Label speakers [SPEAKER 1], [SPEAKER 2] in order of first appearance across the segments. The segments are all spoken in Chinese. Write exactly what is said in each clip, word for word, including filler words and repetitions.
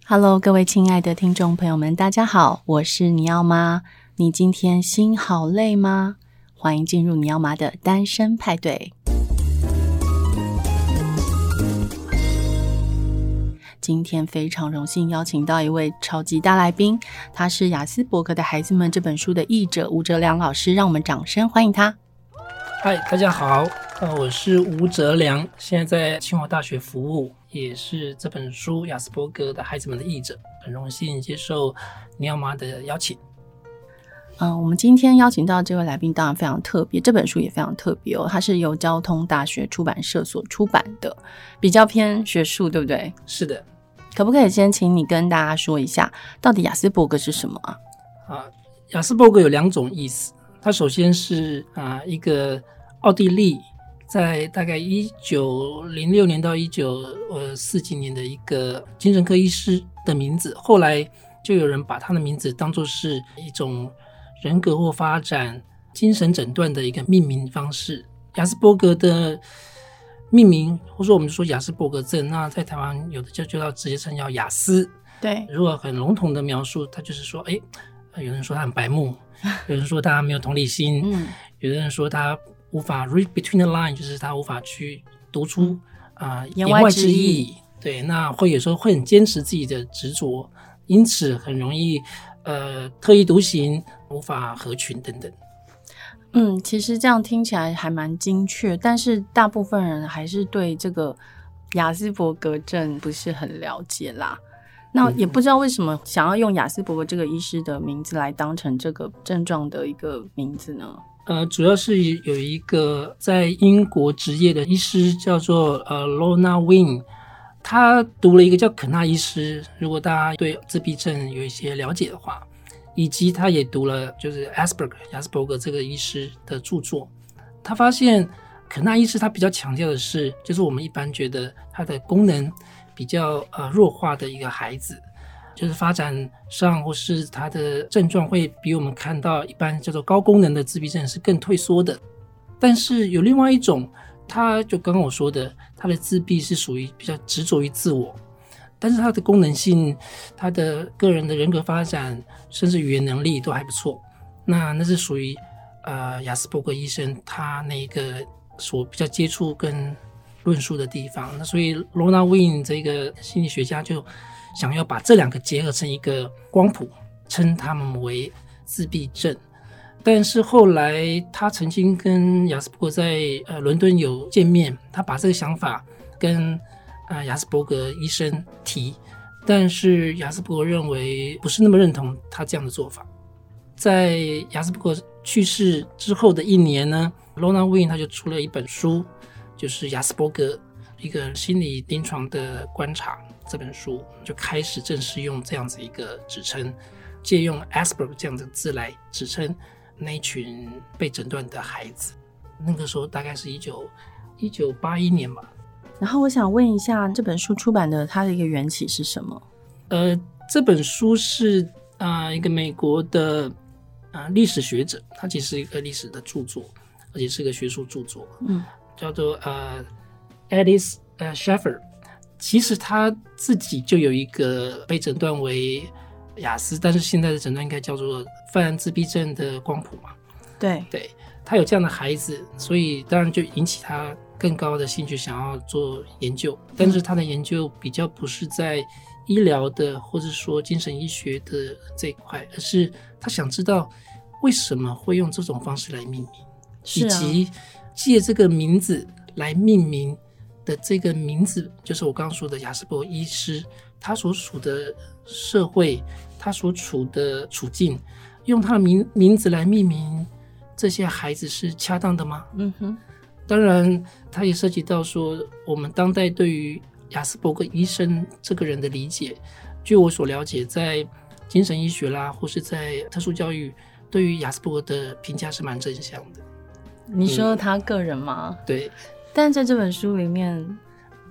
[SPEAKER 1] Hello， 各位亲爱的听众朋友们，大家好，我是尼奥妈。你今天心好累吗？欢迎进入尼奥妈的单身派对。今天非常荣幸邀请到一位超级大来宾，他是亚斯伯格的孩子们这本书的译者吴哲良老师，让我们掌声欢迎他。
[SPEAKER 2] 嗨，大家好，呃，我是吴哲良，现在在清华大学服务，也是这本书亚斯伯格的孩子们的译者，很荣幸接受尼奥妈的邀请。
[SPEAKER 1] 嗯、呃，我们今天邀请到这位来宾当然非常特别，这本书也非常特别哦，它是由交通大学出版社所出版的，比较偏学术，对不对？
[SPEAKER 2] 是的。
[SPEAKER 1] 可不可以先请你跟大家说一下，到底亚斯伯格是什么啊？
[SPEAKER 2] 啊，亚斯伯格有两种意思，它首先是啊一个奥地利在大概一九零六年到一九四几年的一个精神科医师的名字，后来就有人把他的名字当作是一种人格或发展精神诊断的一个命名方式。亚斯伯格的命名，或者说我们说亚斯伯格症，那在台湾有的就就要直接称叫亚斯。
[SPEAKER 1] 对，
[SPEAKER 2] 如果很笼统的描述，他就是说，哎，有人说他很白目，有人说他没有同理心，嗯，有人说他无法 read between the line， 就是他无法去读出啊、呃、言外之意。对，那会有时候会很坚持自己的执着，因此很容易呃特立独行，无法合群等等。
[SPEAKER 1] 嗯，其实这样听起来还蛮精确，但是大部分人还是对这个亚斯伯格症不是很了解啦。那也不知道为什么想要用亚斯伯格这个医师的名字来当成这个症状的一个名字呢？
[SPEAKER 2] 呃，主要是有一个在英国执业的医师叫做呃 Lorna Wing， 他读了一个叫肯纳医师，如果大家对自闭症有一些了解的话，以及他也读了就是 Asperger 亚斯伯格这个医师的著作，他发现肯纳医师他比较强调的是，就是我们一般觉得他的功能比较呃弱化的一个孩子，就是发展上或是他的症状会比我们看到一般叫做高功能的自闭症是更退缩的。但是有另外一种，他就刚刚我说的，他的自闭是属于比较执着于自我，但是他的功能性，他的个人的人格发展，甚至语言能力都还不错。那那是属于呃亚斯伯格医生他那个所比较接触跟论述的地方。那所以 Lorna Wing 这个心理学家就想要把这两个结合成一个光谱，称他们为自闭症。但是后来他曾经跟亚斯伯格在呃伦敦有见面，他把这个想法跟呃亚斯伯格医生提，但是亚斯伯格认为不是那么认同他这样的做法。在亚斯伯格去世之后的一年呢， Lorna Wing 他就出了一本书，就是亚斯伯格一个心理临床的观察，这本书就开始正式用这样子一个指称，借用 Asperger 这样的字来指称那一群被诊断的孩子。那个时候大概是一九八一年吧。
[SPEAKER 1] 然后我想问一下，这本书出版的它的一个缘起是什么？
[SPEAKER 2] 呃，这本书是啊、呃、一个美国的啊、呃、历史学者，他其实是一个历史的著作，而且是一个学术著作，嗯，叫做呃 Alice 呃 Sheffer。其实他自己就有一个被诊断为亚斯，但是现在的诊断应该叫做泛自闭症的光谱嘛。
[SPEAKER 1] 对
[SPEAKER 2] 对，他有这样的孩子，所以当然就引起他更高的兴趣，想要做研究。但是他的研究比较不是在医疗的或者说精神医学的这一块，而是他想知道为什么会用这种方式来命名，
[SPEAKER 1] 是啊，
[SPEAKER 2] 以及借这个名字来命名的这个名字，就是我刚刚说的亚斯伯格医师，他所处的社会，他所处的处境，用他的 名, 名字来命名这些孩子是恰当的吗？嗯哼，当然他也涉及到说我们当代对于亚斯伯格医生这个人的理解。据我所了解，在精神医学啦或是在特殊教育，对于亚斯伯格的评价是蛮正向的。
[SPEAKER 1] 你说他个人吗？
[SPEAKER 2] 对，
[SPEAKER 1] 但在这本书里面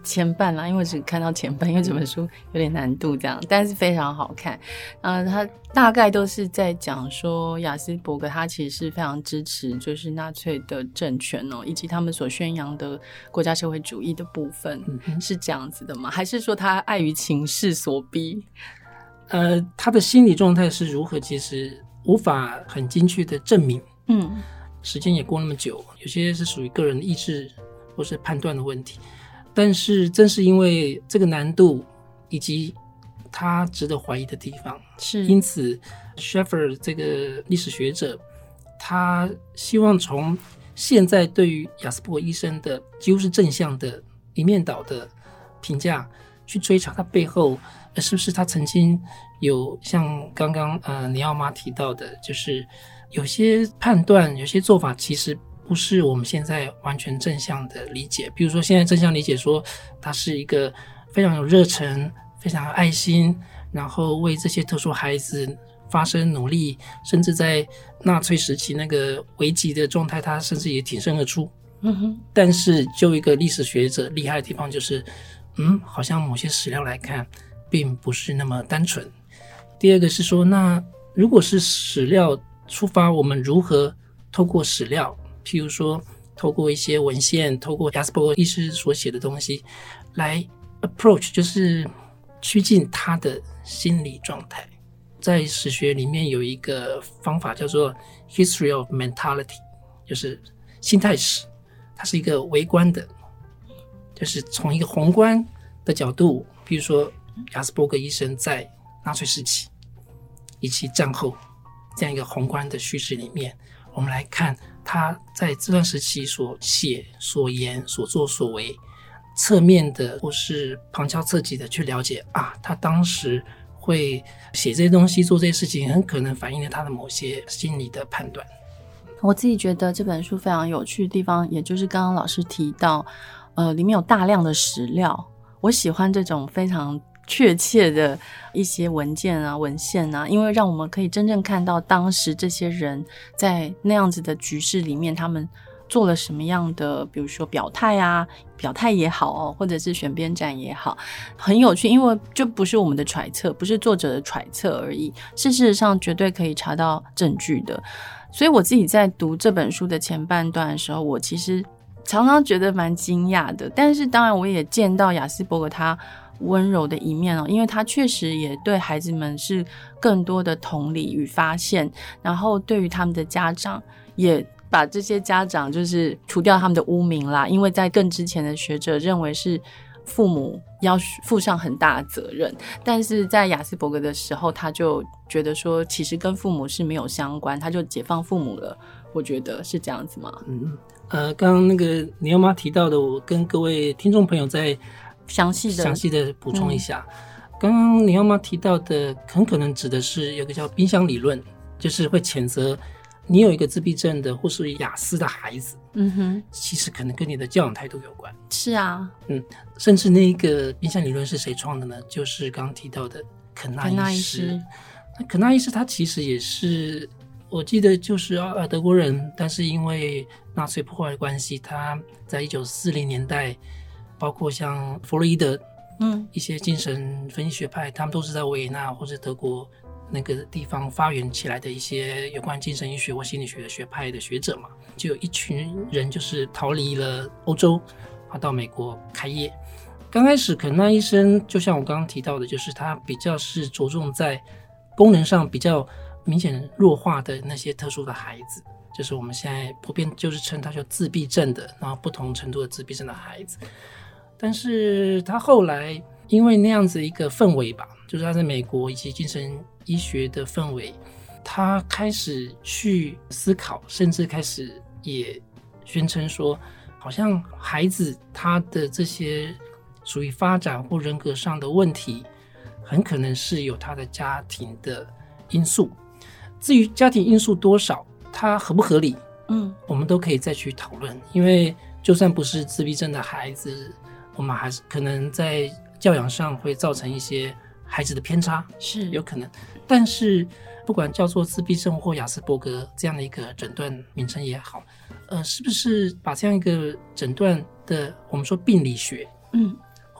[SPEAKER 1] 前半啦，因为我只看到前半，因为这本书有点难度这样，但是非常好看。呃，他大概都是在讲说亚斯伯格他其实是非常支持就是纳粹的政权哦，以及他们所宣扬的国家社会主义的部分，嗯、是这样子的吗？还是说他碍于情势所逼？
[SPEAKER 2] 呃，他的心理状态是如何，其实无法很精确的证明。嗯，时间也过那么久，有些是属于个人的意志或是判断的问题。但是正是因为这个难度以及他值得怀疑的地方，是因此 Schaeffer 这个历史学者，他希望从现在对于亚斯伯格医生的几乎是正向的一面倒的评价，去追查他背后是不是他曾经有像刚刚呃尼奥妈提到的，就是有些判断有些做法其实不是我们现在完全正向的理解。比如说现在正向理解说他是一个非常有热忱非常有爱心，然后为这些特殊孩子发声努力，甚至在纳粹时期那个危急的状态他甚至也挺身而出。嗯哼，但是就一个历史学者厉害的地方就是嗯，好像某些史料来看并不是那么单纯。第二个是说，那如果是史料出发，我们如何透过史料，譬如说透过一些文献，透过亚斯伯格医师所写的东西来 approach， 就是趋近他的心理状态。在史学里面有一个方法叫做 history of mentality， 就是心态史，它是一个微观的，就是从一个宏观的角度，比如说亚斯伯格医生在纳粹时期以及战后这样一个宏观的叙事里面，我们来看他在这段时期所写所言所作所为，侧面的或是旁敲侧击的去了解啊，他当时会写这些东西做这些事情，很可能反映了他的某些心理的判断。
[SPEAKER 1] 我自己觉得这本书非常有趣的地方，也就是刚刚老师提到呃，里面有大量的史料，我喜欢这种非常确切的一些文件啊文献啊，因为让我们可以真正看到当时这些人在那样子的局势里面他们做了什么样的比如说表态啊表态也好哦，或者是选边站也好，很有趣，因为就不是我们的揣测，不是作者的揣测而已，是事实上绝对可以查到证据的。所以我自己在读这本书的前半段的时候，我其实常常觉得蛮惊讶的，但是当然我也见到亚斯伯格他温柔的一面哦，因为他确实也对孩子们是更多的同理与发现，然后对于他们的家长也把这些家长就是除掉他们的污名啦，因为在更之前的学者认为是父母要负上很大的责任，但是在亚斯伯格的时候他就觉得说其实跟父母是没有相关，他就解放父母了，我觉得是这样子吗？
[SPEAKER 2] 嗯，呃，刚刚那个尼奥妈提到的，我跟各位听众朋友再
[SPEAKER 1] 详细的
[SPEAKER 2] 详细的补充一下。嗯、刚刚尼奥妈提到的很可能指的是有个叫冰箱理论，就是会谴责你有一个自闭症的或是亚斯的孩子，嗯哼，其实可能跟你的教养态度有关。
[SPEAKER 1] 是啊，
[SPEAKER 2] 嗯，甚至那个冰箱理论是谁创的呢？就是刚刚提到的肯纳医师。那肯纳医师他其实也是，我记得就是呃德国人，但是因为纳粹破坏的关系，他在一九四零年代，包括像弗洛伊德，嗯，一些精神分析学派，他们都是在维也纳或者德国那个地方发源起来的一些有关精神医学或心理学的学派的学者嘛，就有一群人就是逃离了欧洲，到美国开业。刚开始肯纳医生就像我刚刚提到的，就是他比较是着重在功能上比较明显弱化的那些特殊的孩子，就是我们现在普遍就是称他叫自闭症的，然后不同程度的自闭症的孩子。但是他后来因为那样子一个氛围吧，就是他在美国以及精神医学的氛围，他开始去思考，甚至开始也宣称说，好像孩子他的这些属于发展或人格上的问题，很可能是有他的家庭的因素。至于家庭因素多少，它合不合理，嗯，我们都可以再去讨论。因为就算不是自闭症的孩子，我们还是可能在教养上会造成一些孩子的偏差，是有可能。但是不管叫做自闭症或亚斯伯格这样的一个诊断名称也好，呃，是不是把这样一个诊断的我们说病理学，嗯，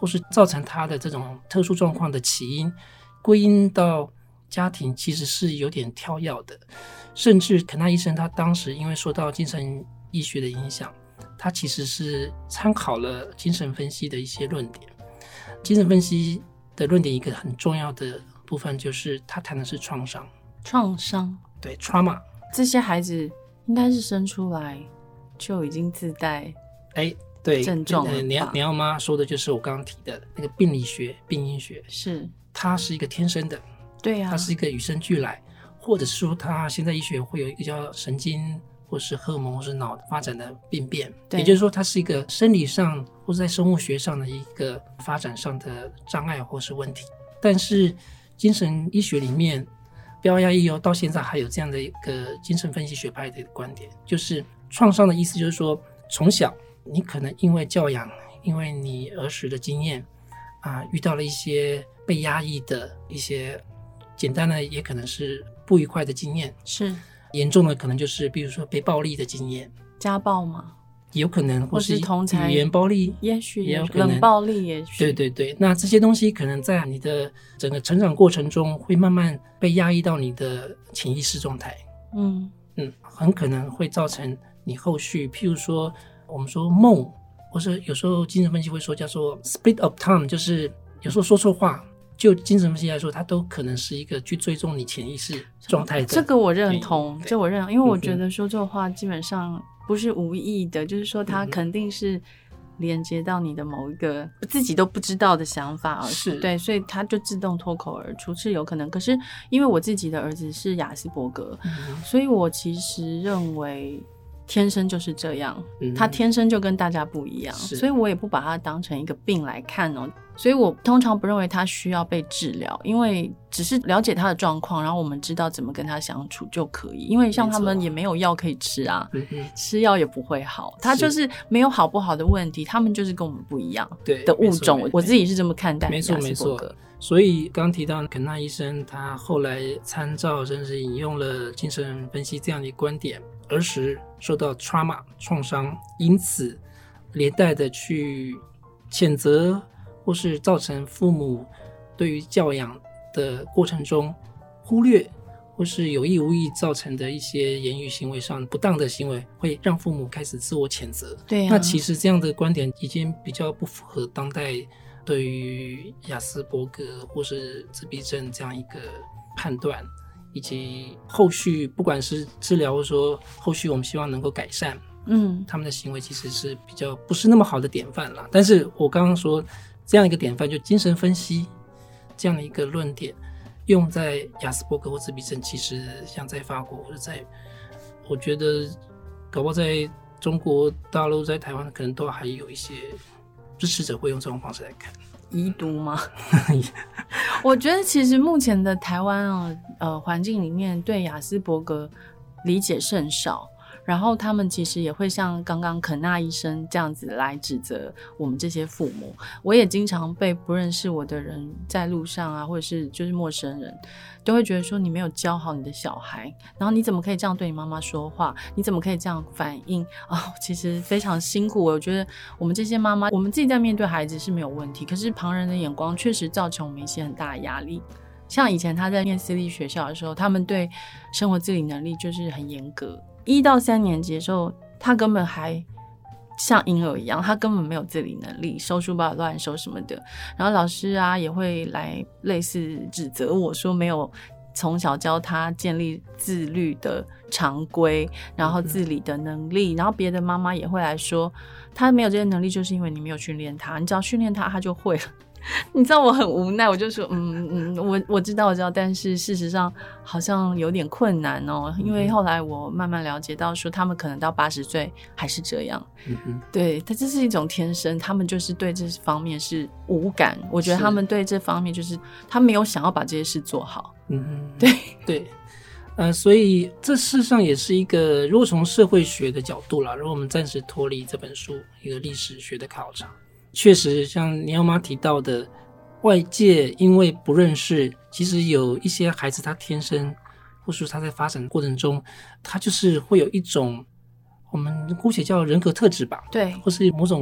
[SPEAKER 2] 或是造成他的这种特殊状况的起因归因到家庭，其实是有点跳跃的。甚至肯纳医生他当时因为受到精神医学的影响，他其实是参考了精神分析的一些论点。精神分析的论点一个很重要的部分就是他谈的是创伤。
[SPEAKER 1] 创伤，
[SPEAKER 2] 对 trauma，
[SPEAKER 1] 这些孩子应该是生出来就已经自带
[SPEAKER 2] 哎，对
[SPEAKER 1] 症状了吧？
[SPEAKER 2] 你你要妈说的就是我刚刚提的那个病理学、病因学，
[SPEAKER 1] 是
[SPEAKER 2] 它是一个天生的，
[SPEAKER 1] 对啊，
[SPEAKER 2] 它是一个与生俱来，或者是说它现在医学会有一个叫神经或是荷尔蒙或是脑发展的病变，也就是说它是一个生理上或是在生物学上的一个发展上的障碍或是问题。但是精神医学里面不要压抑哦，到现在还有这样的一个精神分析学派的观点，就是创伤的意思就是说，从小你可能因为教养，因为你儿时的经验啊、呃，遇到了一些被压抑的一些简单的，也可能是不愉快的经验，
[SPEAKER 1] 是
[SPEAKER 2] 严重的可能就是比如说被暴力的经验，
[SPEAKER 1] 家暴吗？
[SPEAKER 2] 有可能，或是
[SPEAKER 1] 同才
[SPEAKER 2] 语言暴力，
[SPEAKER 1] 也许
[SPEAKER 2] 也有可能
[SPEAKER 1] 冷暴力，也许
[SPEAKER 2] 对对对。那这些东西可能在你的整个成长过程中，会慢慢被压抑到你的潜意识状态。
[SPEAKER 1] 嗯
[SPEAKER 2] 嗯，很可能会造成你后续，譬如说我们说梦，或是有时候精神分析会说叫做 split of time， 就是有时候说错话。就精神分析来说，它都可能是一个去追踪你潜意识状态的。
[SPEAKER 1] 这个我认同，这我认同，因为我觉得说错话基本上不是无意的，嗯、就是说它肯定是连接到你的某一个自己都不知道的想法，
[SPEAKER 2] 是
[SPEAKER 1] 对，所以它就自动脱口而出是有可能。可是因为我自己的儿子是亚斯伯格，嗯、所以我其实认为天生就是这样，嗯、他天生就跟大家不一样，所以我也不把它当成一个病来看哦。所以我通常不认为他需要被治疗，因为只是了解他的状况，然后我们知道怎么跟他相处就可以。因为像他们也没有药可以吃啊，吃药也不会好，他就是没有好不好的问题，他们就是跟我们不一样的物种。我自己是这么看待的。
[SPEAKER 2] 没错没错。所以刚提到肯纳医生，他后来参照甚至引用了精神分析这样的观点，儿时受到 trauma 创伤，因此连带的去谴责或是造成父母对于教养的过程中忽略，或是有意无意造成的一些言语行为上不当的行为，会让父母开始自我谴责。
[SPEAKER 1] 对啊，
[SPEAKER 2] 那其实这样的观点已经比较不符合当代对于亚斯伯格或是自闭症这样一个判断，以及后续不管是治疗或者说后续我们希望能够改善，嗯，他们的行为其实是比较不是那么好的典范啦。但是我刚刚说这样一个典范，就精神分析这样的一个论点，用在亚斯伯格或自闭症，其实像在法国或者在，我觉得搞不好在中国大陆、在台湾，可能都还有一些支持者会用这种方式来看。
[SPEAKER 1] 遗毒吗？我觉得其实目前的台湾啊，呃，环境里面对亚斯伯格理解甚少。然后他们其实也会像刚刚肯纳医生这样子来指责我们这些父母。我也经常被不认识我的人在路上啊，或者是就是陌生人都会觉得说你没有教好你的小孩，然后你怎么可以这样对你妈妈说话，你怎么可以这样反应啊、哦？其实非常辛苦。我觉得我们这些妈妈，我们自己在面对孩子是没有问题，可是旁人的眼光确实造成我们一些很大的压力。像以前他在念私立学校的时候，他们对生活自理能力就是很严格，一到三年级的时候他根本还像婴儿一样，他根本没有自理能力，收书包乱收什么的。然后老师啊也会来类似指责我说没有从小教他建立自律的常规，然后自理的能力。然后别的妈妈也会来说他没有这些能力就是因为你没有训练他，你只要训练他他就会了。你知道我很无奈，我就说嗯嗯，我我知道我知道，但是事实上好像有点困难哦，因为后来我慢慢了解到说他们可能到八十岁还是这样，嗯嗯，对，但这是一种天生，他们就是对这方面是无感，我觉得他们对这方面就是他没有想要把这些事做好，嗯嗯，对
[SPEAKER 2] 对。呃，所以这事实上也是一个，如果从社会学的角度啦，如果我们暂时脱离这本书一个历史学的考察，确实像尼奥妈提到的，外界因为不认识，其实有一些孩子他天生或是他在发展过程中，他就是会有一种我们姑且叫人格特质吧，
[SPEAKER 1] 对，
[SPEAKER 2] 或是某种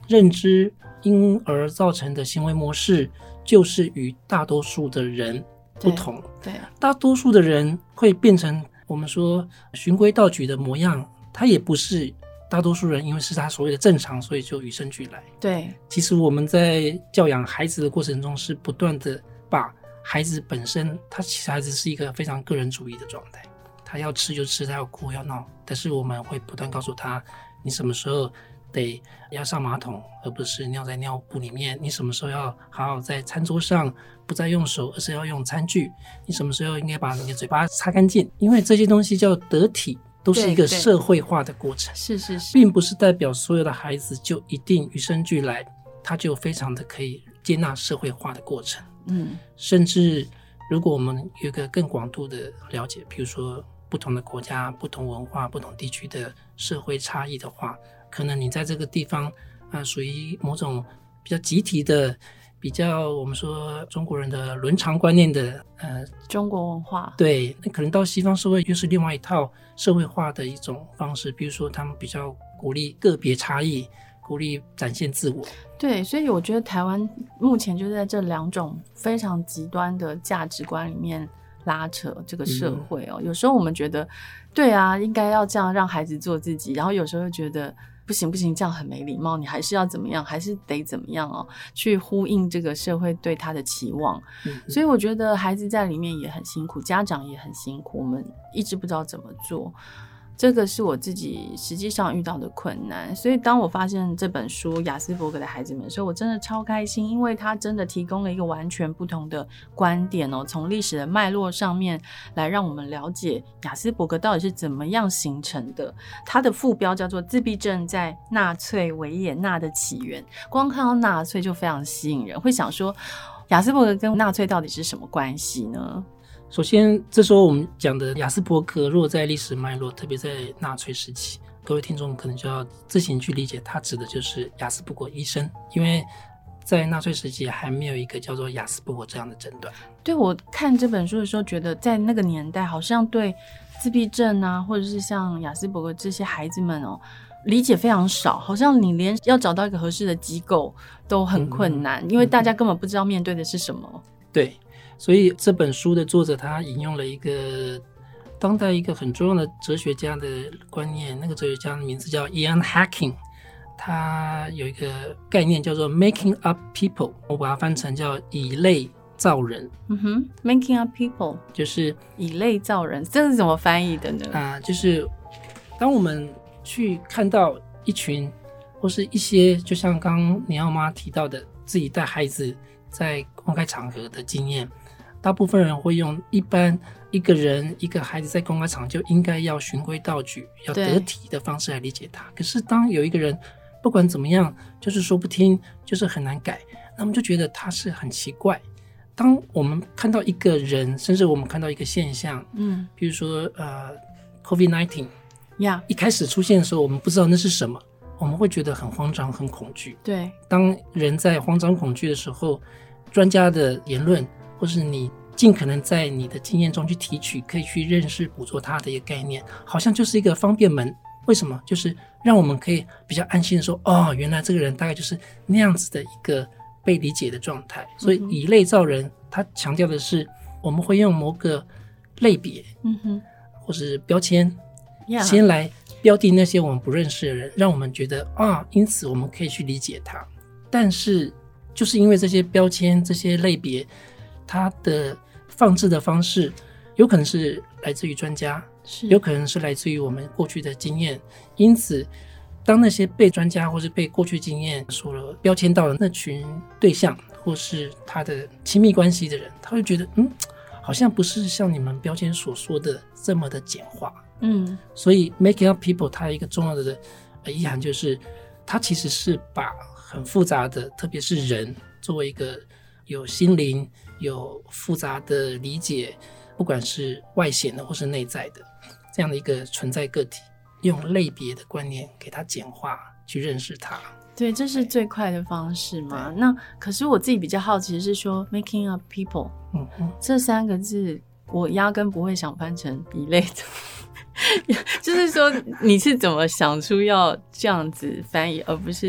[SPEAKER 2] 认知因而造成的行为模式就是与大多数的人不同。
[SPEAKER 1] 对，对，
[SPEAKER 2] 大多数的人会变成我们说循规蹈矩的模样，他也不是大多数人因为是他所谓的正常，所以就与生俱来。
[SPEAKER 1] 对，
[SPEAKER 2] 其实我们在教养孩子的过程中是不断的把孩子本身，他其实孩子是一个非常个人主义的状态，他要吃就吃，他要哭要闹，但是我们会不断告诉他，你什么时候得要上马桶，而不是尿在尿布里面，你什么时候要好好在餐桌上不再用手，而是要用餐具，你什么时候应该把你的嘴巴擦干净，因为这些东西叫得体，都是一个社会化的过程。
[SPEAKER 1] 是是是，
[SPEAKER 2] 并不是代表所有的孩子就一定与生俱来他就非常的可以接纳社会化的过程。嗯，甚至如果我们有一个更广度的了解，比如说不同的国家、不同文化、不同地区的社会差异的话，可能你在这个地方呃，属于某种比较集体的，比较我们说中国人的伦常观念的呃
[SPEAKER 1] 中国文化，
[SPEAKER 2] 对，那可能到西方社会又是另外一套社会化的一种方式，比如说他们比较鼓励个别差异，鼓励展现自我。
[SPEAKER 1] 对，所以我觉得台湾目前就在这两种非常极端的价值观里面拉扯这个社会哦。嗯、有时候我们觉得对啊，应该要这样让孩子做自己，然后有时候又觉得不行不行，这样很没礼貌，你还是要怎么样，还是得怎么样哦，去呼应这个社会对他的期望。嗯、所以我觉得孩子在里面也很辛苦，家长也很辛苦，我们一直不知道怎么做。这个是我自己实际上遇到的困难，所以当我发现这本书亚斯伯格的孩子们的时候，我真的超开心，因为它真的提供了一个完全不同的观点哦，从历史的脉络上面来让我们了解亚斯伯格到底是怎么样形成的。它的副标叫做自闭症在纳粹维也纳的起源，光看到纳粹就非常吸引人，会想说亚斯伯格跟纳粹到底是什么关系呢？
[SPEAKER 2] 首先这时候我们讲的亚斯伯格，如果在历史脉络，特别在纳粹时期，各位听众可能就要自行去理解，它指的就是亚斯伯格医生，因为在纳粹时期还没有一个叫做亚斯伯格这样的诊断。
[SPEAKER 1] 对，我看这本书的时候觉得在那个年代好像对自闭症啊，或者是像亚斯伯格这些孩子们哦，理解非常少，好像你连要找到一个合适的机构都很困难、嗯、因为大家根本不知道面对的是什么。
[SPEAKER 2] 对，所以这本书的作者他引用了一个当代一个很重要的哲学家的观念，那个哲学家的名字叫 Ian Hacking， 他有一个概念叫做 Making Up People， 我把它翻成叫以类造人。
[SPEAKER 1] 嗯哼 Making Up People
[SPEAKER 2] 就是
[SPEAKER 1] 以类造人，这是怎么翻译的呢？
[SPEAKER 2] 啊，就是当我们去看到一群或是一些就像刚刚你奥妈提到的自己带孩子在公开场合的经验，大部分人会用一般一个人一个孩子在公开场就应该要循规蹈矩要得体的方式来理解他，可是当有一个人不管怎么样就是说不听，就是很难改，那我们就觉得他是很奇怪。当我们看到一个人，甚至我们看到一个现象，嗯，比如说呃 COVID 十九、yeah. 一开始出现的时候我们不知道那是什么，我们会觉得很慌张很恐惧。
[SPEAKER 1] 对，
[SPEAKER 2] 当人在慌张恐惧的时候，专家的言论或是你尽可能在你的经验中去提取，可以去认识捕捉它的一个概念，好像就是一个方便门。为什么？就是让我们可以比较安心的说，哦，原来这个人大概就是那样子的一个被理解的状态。所以以类造人，他强调的是我们会用某个类别、嗯、哼或是标签、yeah. 先来标定那些我们不认识的人，让我们觉得啊，因此我们可以去理解他。但是就是因为这些标签这些类别，它的放置的方式有可能是来自于专家，有可能是来自于我们过去的经验，因此当那些被专家或是被过去经验所标签到的那群对象或是他的亲密关系的人，他会觉得嗯，好像不是像你们标签所说的这么的简化。嗯，所以 Making Up People 它有一个重要的意涵，就是它其实是把很复杂的特别是人作为一个有心灵有复杂的理解，不管是外显的或是内在的这样的一个存在个体，用类别的观念给它简化去认识它。
[SPEAKER 1] 对，这是最快的方式嘛。那可是我自己比较好奇的是说 Making Up People、嗯、这三个字我压根不会想翻成一类的就是说你是怎么想出要这样子翻译而不是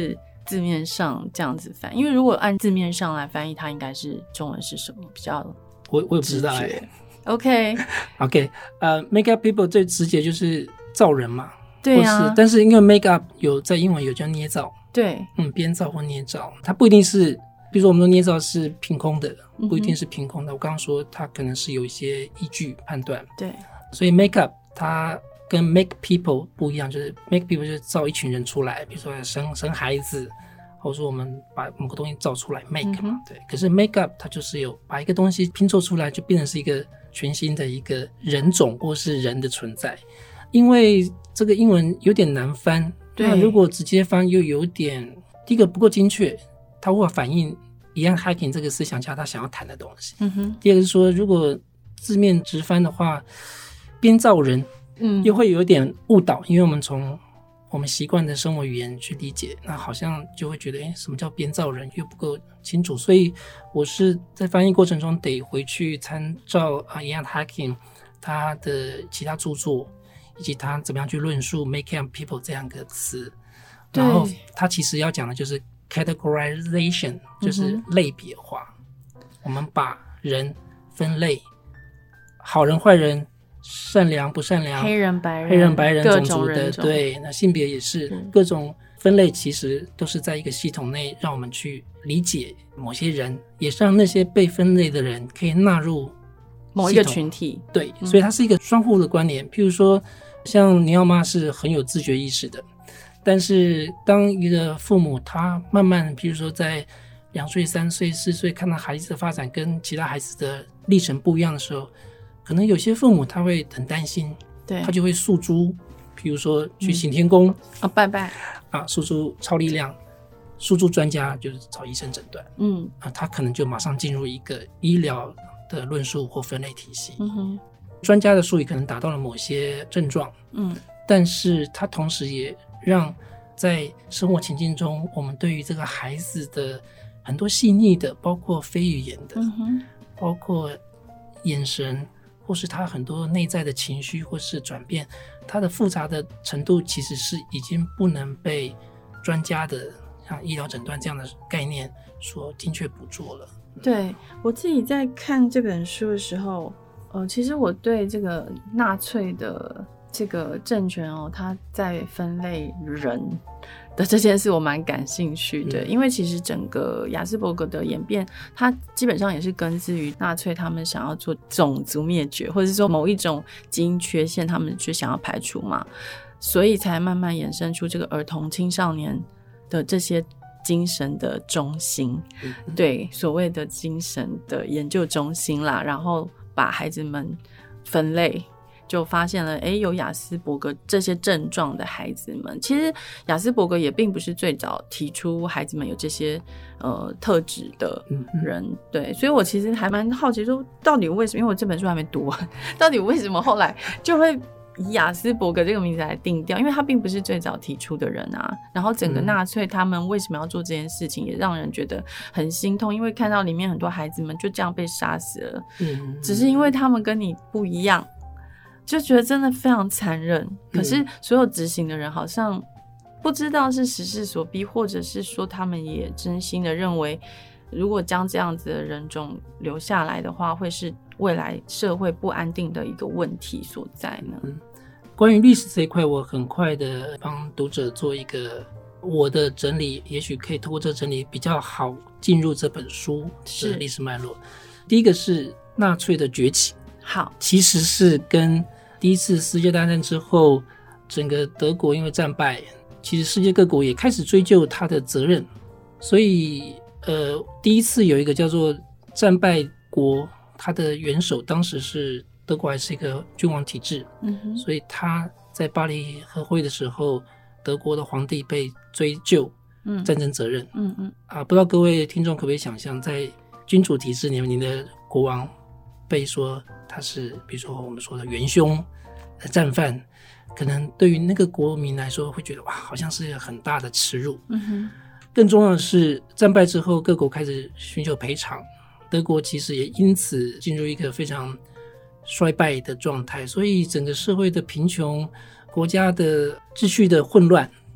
[SPEAKER 1] 字面上这样子翻，因为如果按字面上来翻译，它应该是中文是什么比较
[SPEAKER 2] 我我也不知道哎、欸。
[SPEAKER 1] OK
[SPEAKER 2] OK， 呃 ，make up people 最直接就是造人嘛，
[SPEAKER 1] 对啊，
[SPEAKER 2] 但是因为 make up 有在英文有叫捏造，
[SPEAKER 1] 对，
[SPEAKER 2] 嗯，编造或捏造，它不一定是，比如说我们说捏造是凭空的，不一定是凭空的。嗯、我刚刚说它可能是有一些依据判断，
[SPEAKER 1] 对，
[SPEAKER 2] 所以 make up 它跟 make people 不一样，就是 make people 就是造一群人出来，比如说生生孩子，或者说我们把某个东西造出来 make 嘛、嗯，对。可是 make up 它就是有把一个东西拼凑出来，就变成是一个全新的一个人种或是人的存在。因为这个英文有点难翻，那如果直接翻又有点，第一个不够精确，它无法反映Ian Hacking 这个思想家他想要谈的东西。嗯哼。第二个是说，如果字面直翻的话，编造人，嗯，又会有点误导，因为我们从我们习惯的生活语言去理解，那好像就会觉得，哎，什么叫编造人，又不够清楚。所以我是在翻译过程中得回去参照啊 Ian Hacking 他的其他著作，以及他怎么样去论述 make up people 这样个词。然后他其实要讲的就是 categorization， 就是类别化、嗯、我们把人分类，好人坏人，善良不善良，
[SPEAKER 1] 黑人白人，
[SPEAKER 2] 黑人白人
[SPEAKER 1] 种
[SPEAKER 2] 族的，对，那性别也是、嗯、各种分类，其实都是在一个系统内让我们去理解某些人，也是让那些被分类的人可以纳入
[SPEAKER 1] 某一个群体。
[SPEAKER 2] 对、嗯、所以它是一个双互的关联。譬如说像尼奥妈是很有自觉意识的，但是当一个父母他慢慢譬如说在两岁三岁四岁看到孩子的发展跟其他孩子的历程不一样的时候，可能有些父母他会很担心，对，他就会诉诸譬如说去行天宫、嗯、
[SPEAKER 1] 啊拜拜
[SPEAKER 2] 啊，诉诸超力量，诉诸专家，就是找医生诊断，嗯啊，他可能就马上进入一个医疗的论述或分类体系。嗯哼，专家的术语可能达到了某些症状，嗯，但是他同时也让在生活情境中，我们对于这个孩子的很多细腻的，包括非语言的、嗯、包括眼神，或是他很多内在的情绪或是转变，它的复杂的程度其实是已经不能被专家的像医疗诊断这样的概念所精确捕捉了。
[SPEAKER 1] 对，我自己在看这本书的时候，呃，其实我对这个纳粹的这个政权哦，它在分类人的这件事我蛮感兴趣的、嗯、因为其实整个亚斯伯格的演变，它基本上也是根自于纳粹他们想要做种族灭绝，或者是说某一种基因缺陷他们就想要排除嘛，所以才慢慢衍生出这个儿童青少年的这些精神的中心、嗯、对，所谓的精神的研究中心啦，然后把孩子们分类，就发现了诶有亚斯伯格这些症状的孩子们，其实亚斯伯格也并不是最早提出孩子们有这些呃特质的人、嗯、对，所以我其实还蛮好奇说到底为什么，因为我这本书还没读完，到底为什么后来就会以亚斯伯格这个名字来定调，因为他并不是最早提出的人啊，然后整个纳粹他们为什么要做这件事情也让人觉得很心痛，因为看到里面很多孩子们就这样被杀死了、嗯、只是因为他们跟你不一样，就觉得真的非常残忍。可是所有执行的人好像不知道是时势所逼，或者是说他们也真心的认为如果将这样子的人种留下来的话，会是未来社会不安定的一个问题所在呢、嗯、
[SPEAKER 2] 关于历史这一块，我很快的帮读者做一个我的整理，也许可以透过这整理比较好进入这本书的历史脉络。第一个是纳粹的崛起，
[SPEAKER 1] 好，
[SPEAKER 2] 其实是跟第一次世界大战之后整个德国因为战败，其实世界各国也开始追究他的责任，所以呃，第一次有一个叫做战败国，他的元首当时是德国还是一个君王体制、嗯、哼，所以他在巴黎和会的时候，德国的皇帝被追究战争责任。嗯嗯啊，不知道各位听众可不可以想象，在君主体制里面，你的国王被说他是比如说我们说的元凶、战犯，可能对于那个国民来说会觉得哇，好像是很大的耻辱。嗯哼，更重要的是战败之后各国开始寻求赔偿，德国其实也因此进入一个非常衰败的状态，所以整个社会的贫穷，国家的秩序的混乱，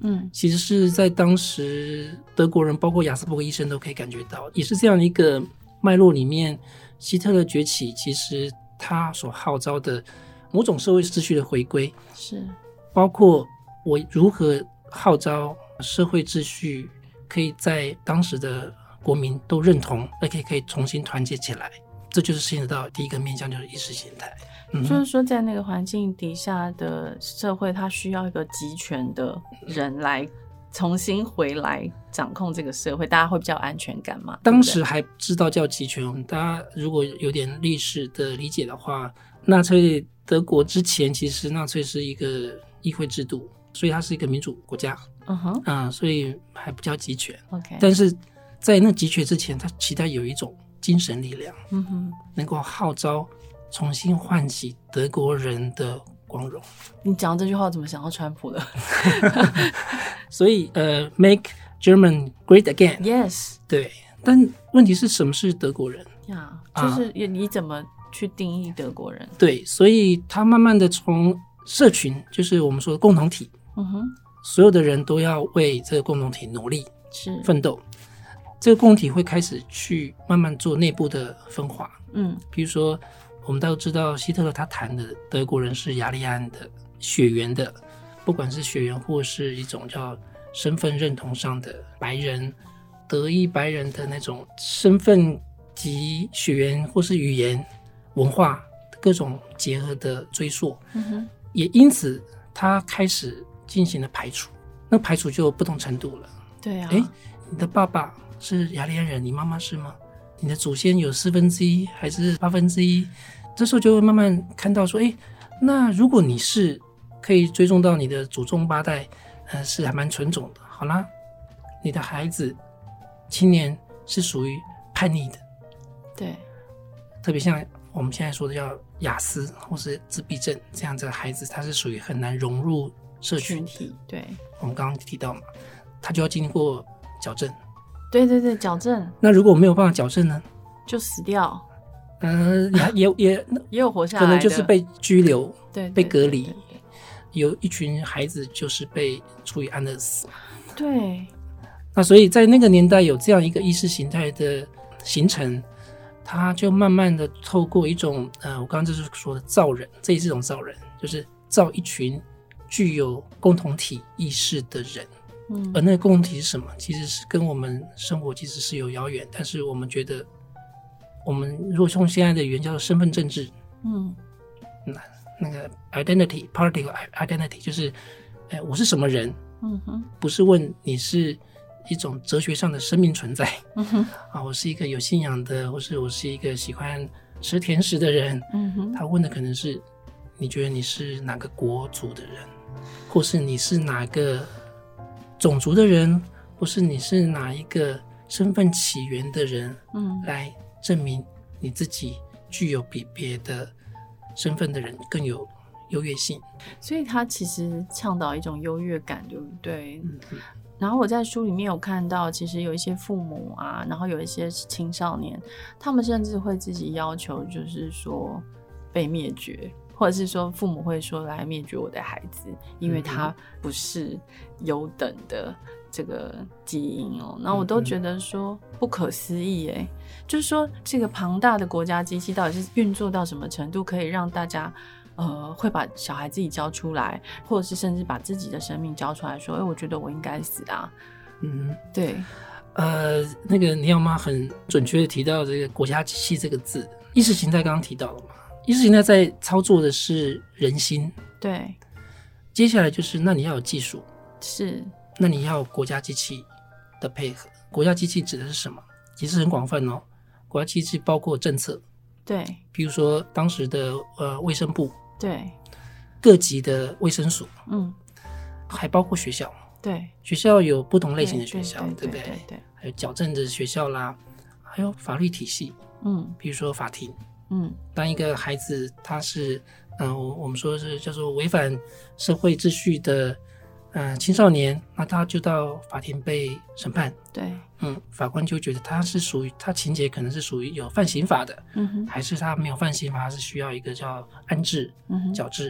[SPEAKER 1] 嗯，
[SPEAKER 2] 其实是在当时德国人包括亚斯伯格医生都可以感觉到，也是这样一个脉络里面，希特勒崛起其实他所号召的某种社会秩序的回归，
[SPEAKER 1] 是
[SPEAKER 2] 包括我如何号召社会秩序可以在当时的国民都认同，而且可以重新团结起来，这就是牵扯到第一个面向，就是意识形态。嗯、
[SPEAKER 1] 就是说在那个环境底下的社会，它需要一个集权的人来重新回来掌控这个社会，大家会比较有安全感嘛。
[SPEAKER 2] 当时还不知道叫集权，大家如果有点历史的理解的话，纳粹德国之前其实纳粹是一个议会制度，所以它是一个民主国家。
[SPEAKER 1] 嗯哼，
[SPEAKER 2] 啊、所以还不叫集权。
[SPEAKER 1] OK，
[SPEAKER 2] 但是在那集权之前，他期待有一种精神力量，
[SPEAKER 1] 嗯哼，
[SPEAKER 2] 能够号召重新唤起德国人的光荣。
[SPEAKER 1] 你讲这句话，我怎么想到川普了
[SPEAKER 2] 所以呃 ，Make German Great Again，
[SPEAKER 1] ？Yes，
[SPEAKER 2] 对。但问题是什么是德国人
[SPEAKER 1] 呀、
[SPEAKER 2] 啊
[SPEAKER 1] 就是你怎么去定义德国人？
[SPEAKER 2] 对，所以他慢慢的从社群，就是我们说的共同体，
[SPEAKER 1] 嗯哼，
[SPEAKER 2] 所有的人都要为这个共同体努力
[SPEAKER 1] 是，
[SPEAKER 2] 奋斗。这个共同体会开始去慢慢做内部的分化，
[SPEAKER 1] 嗯
[SPEAKER 2] 比如说我们都知道希特勒他谈的德国人是雅利安的血缘的，不管是血缘或是一种叫身份认同上的白人，德裔白人的那种身份及血缘或是语言文化各种结合的追溯，
[SPEAKER 1] 嗯哼，
[SPEAKER 2] 也因此他开始进行了排除，那排除就有不同程度了。
[SPEAKER 1] 对啊，
[SPEAKER 2] 诶，你的爸爸是雅利安人，你妈妈是吗？你的祖先有四分之一还是八分之一？这时候就会慢慢看到说，诶，那如果你是可以追踪到你的祖宗八代，呃，是还蛮纯种的，好啦，你的孩子青年是属于叛逆的，
[SPEAKER 1] 对，
[SPEAKER 2] 特别像我们现在说的叫雅思或是自闭症这样子的孩子，他是属于很难融入社群的。
[SPEAKER 1] 群体，对，
[SPEAKER 2] 我们刚刚提到嘛，他就要经过矫正。
[SPEAKER 1] 对对对，矫正
[SPEAKER 2] 那如果没有办法矫正呢？
[SPEAKER 1] 就死掉，
[SPEAKER 2] 呃，也也也
[SPEAKER 1] 也有活下来的，
[SPEAKER 2] 可能就是被拘留、
[SPEAKER 1] 对
[SPEAKER 2] 被隔离。
[SPEAKER 1] 对对
[SPEAKER 2] 有一群孩子就是被处以安乐死。
[SPEAKER 1] 对对，
[SPEAKER 2] 那所以在那个年代有这样一个意识形态的形成，它就慢慢的透过一种呃，我刚刚就是说的造人，这也是一种造人，就是造一群具有共同体意识的人。
[SPEAKER 1] 嗯
[SPEAKER 2] 而那个共同体是什么？其实是跟我们生活其实是有遥远，但是我们觉得，我们如果用现在的语言叫做身份政治，
[SPEAKER 1] 嗯
[SPEAKER 2] 那个 identity political identity 就是，呃，我是什么人？
[SPEAKER 1] 嗯哼
[SPEAKER 2] 不是问你是一种哲学上的生命存在
[SPEAKER 1] 嗯哼
[SPEAKER 2] 啊，我是一个有信仰的，或是我是一个喜欢吃甜食的人。
[SPEAKER 1] 嗯哼，
[SPEAKER 2] 他问的可能是，你觉得你是哪个国族的人，或是你是哪个种族的人，或是你是哪一个身份起源的人，
[SPEAKER 1] 嗯
[SPEAKER 2] 来证明你自己具有比别的身份的人更有优越性。
[SPEAKER 1] 所以他其实倡导一种优越感，对不对？
[SPEAKER 2] 嗯
[SPEAKER 1] 然后我在书里面有看到，其实有一些父母啊，然后有一些青少年，他们甚至会自己要求，就是说被灭绝，或者是说父母会说来灭绝我的孩子，因为他不是优等的这个基因哦。然后我都觉得说不可思议哎，就是说这个庞大的国家机器到底是运作到什么程度，可以让大家呃，会把小孩自己交出来，或者是甚至把自己的生命交出来，说：“哎、欸，我觉得我应该死啊。”
[SPEAKER 2] 嗯，
[SPEAKER 1] 对，
[SPEAKER 2] 呃，那个尼奥妈很准确的提到这个国家机器这个字，意识形态刚刚提到了嘛，意识形态在操作的是人心，
[SPEAKER 1] 对，
[SPEAKER 2] 接下来就是那你要有技术，
[SPEAKER 1] 是，
[SPEAKER 2] 那你要有国家机器的配合。国家机器指的是什么？其实很广泛哦，国家机器包括政策，
[SPEAKER 1] 对，
[SPEAKER 2] 比如说当时的呃卫生部。
[SPEAKER 1] 对，
[SPEAKER 2] 各级的卫生所，
[SPEAKER 1] 嗯，
[SPEAKER 2] 还包括学校，
[SPEAKER 1] 对，
[SPEAKER 2] 学校有不同类型的学校，
[SPEAKER 1] 对
[SPEAKER 2] 对不对？
[SPEAKER 1] 对对对，
[SPEAKER 2] 还有矫正的学校啦，还有法律体系，
[SPEAKER 1] 嗯，
[SPEAKER 2] 比如说法庭，
[SPEAKER 1] 嗯，
[SPEAKER 2] 当一个孩子他是，嗯、呃，我们说是叫做违反社会秩序的，嗯、呃，青少年，那他就到法庭被审判，
[SPEAKER 1] 对，
[SPEAKER 2] 嗯，法官就觉得他是属于他情节可能是属于有犯刑法的，
[SPEAKER 1] 嗯哼，
[SPEAKER 2] 还是他没有犯刑法，是需要一个叫安置、
[SPEAKER 1] 嗯哼，
[SPEAKER 2] 矫治。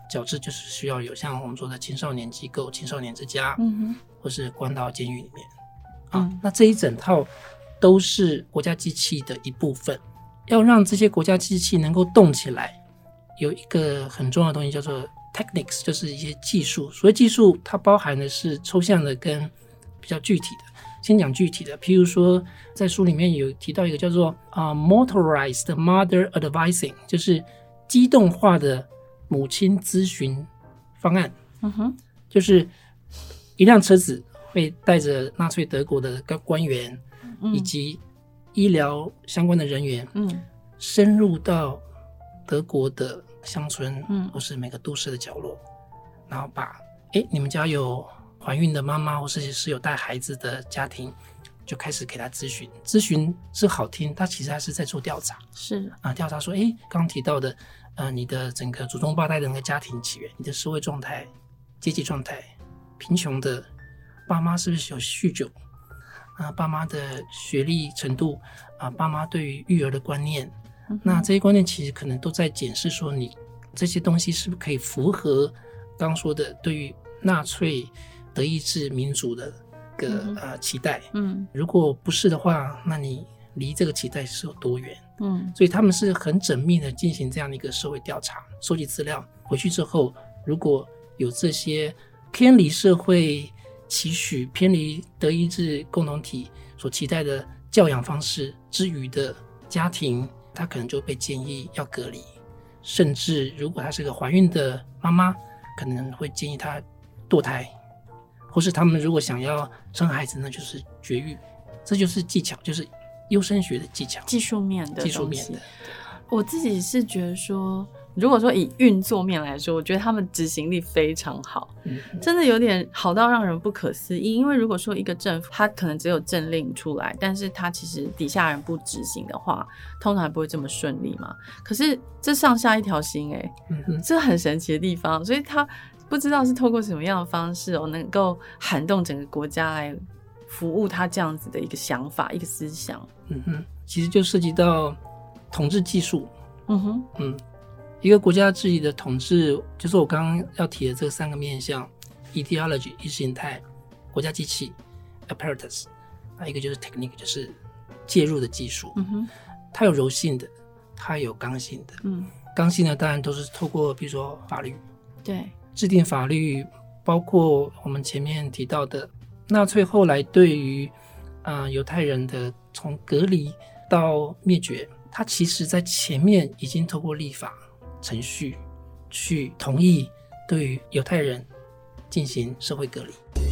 [SPEAKER 2] 矫治就是需要有像我们说的青少年机构、青少年之家，
[SPEAKER 1] 嗯哼，
[SPEAKER 2] 或是关到监狱里面啊、
[SPEAKER 1] 嗯。
[SPEAKER 2] 那这一整套都是国家机器的一部分。要让这些国家机器能够动起来，有一个很重要的东西叫做 techniques， 就是一些技术。所谓技术，它包含的是抽象的跟比较具体的。先讲具体的，譬如说在书里面有提到一个叫做、uh, motorized mother advising， 就是机动化的母亲咨询方案。
[SPEAKER 1] 嗯哼，
[SPEAKER 2] 就是一辆车子会带着纳粹德国的官员、嗯、以及医疗相关的人员，嗯，深入到德国的乡村，嗯，或是每个都市的角落，然后把，哎，你们家有怀孕的妈妈，或是是有带孩子的家庭，就开始给他咨询。咨询是好听，他其实还是在做调查，
[SPEAKER 1] 是
[SPEAKER 2] 啊，调查说，哎，刚提到的，呃，你的整个祖宗八代的那个家庭起源，你的社会状态、阶级状态、贫穷的爸妈是不是有酗酒？啊，爸妈的学历程度啊，爸妈对于育儿的观念，嗯、那这些观念其实可能都在检视说，你这些东西是不是可以符合刚刚说的对于纳粹德意志民主的个、嗯、呃期待。嗯，如果不是的话，那你离这个期待是有多远？嗯，所以他们是很缜密的进行这样的一个社会调查，收集资料，回去之后，如果有这些偏离社会期许、偏离德意志共同体所期待的教养方式之余的家庭，他可能就被建议要隔离，甚至如果他是个怀孕的妈妈，可能会建议他堕胎，或是他们如果想要生孩子，那就是绝育。这就是技巧，就是优生学的技巧，
[SPEAKER 1] 技术面的东西。
[SPEAKER 2] 技术面的。
[SPEAKER 1] 我自己是觉得说，如果说以运作面来说，我觉得他们执行力非常好，嗯、真的有点好到让人不可思议。因为如果说一个政府，他可能只有政令出来，但是他其实底下人不执行的话，通常还不会这么顺利嘛。可是这上下一条心、欸，嗯、这很神奇的地方，所以他不知道是透过什么样的方式哦，能够撼动整个国家来服务他这样子的一个想法、一个思想。
[SPEAKER 2] 嗯哼，其实就涉及到统治技术。
[SPEAKER 1] 嗯哼，嗯。
[SPEAKER 2] 一个国家治理的统治，就是我刚刚要提的这三个面向 ：ideology 意识形态、国家机器 apparatus， 那一个就是 technique， 就是介入的技术。嗯哼，它有柔性的，它有刚性的。嗯，刚性的当然都是透过比如说法律，
[SPEAKER 1] 对，
[SPEAKER 2] 制定法律，包括我们前面提到的纳粹后来对于啊、呃、犹太人的从隔离到灭绝，它其实在前面已经透过立法程序去同意对于犹太人进行社会隔离。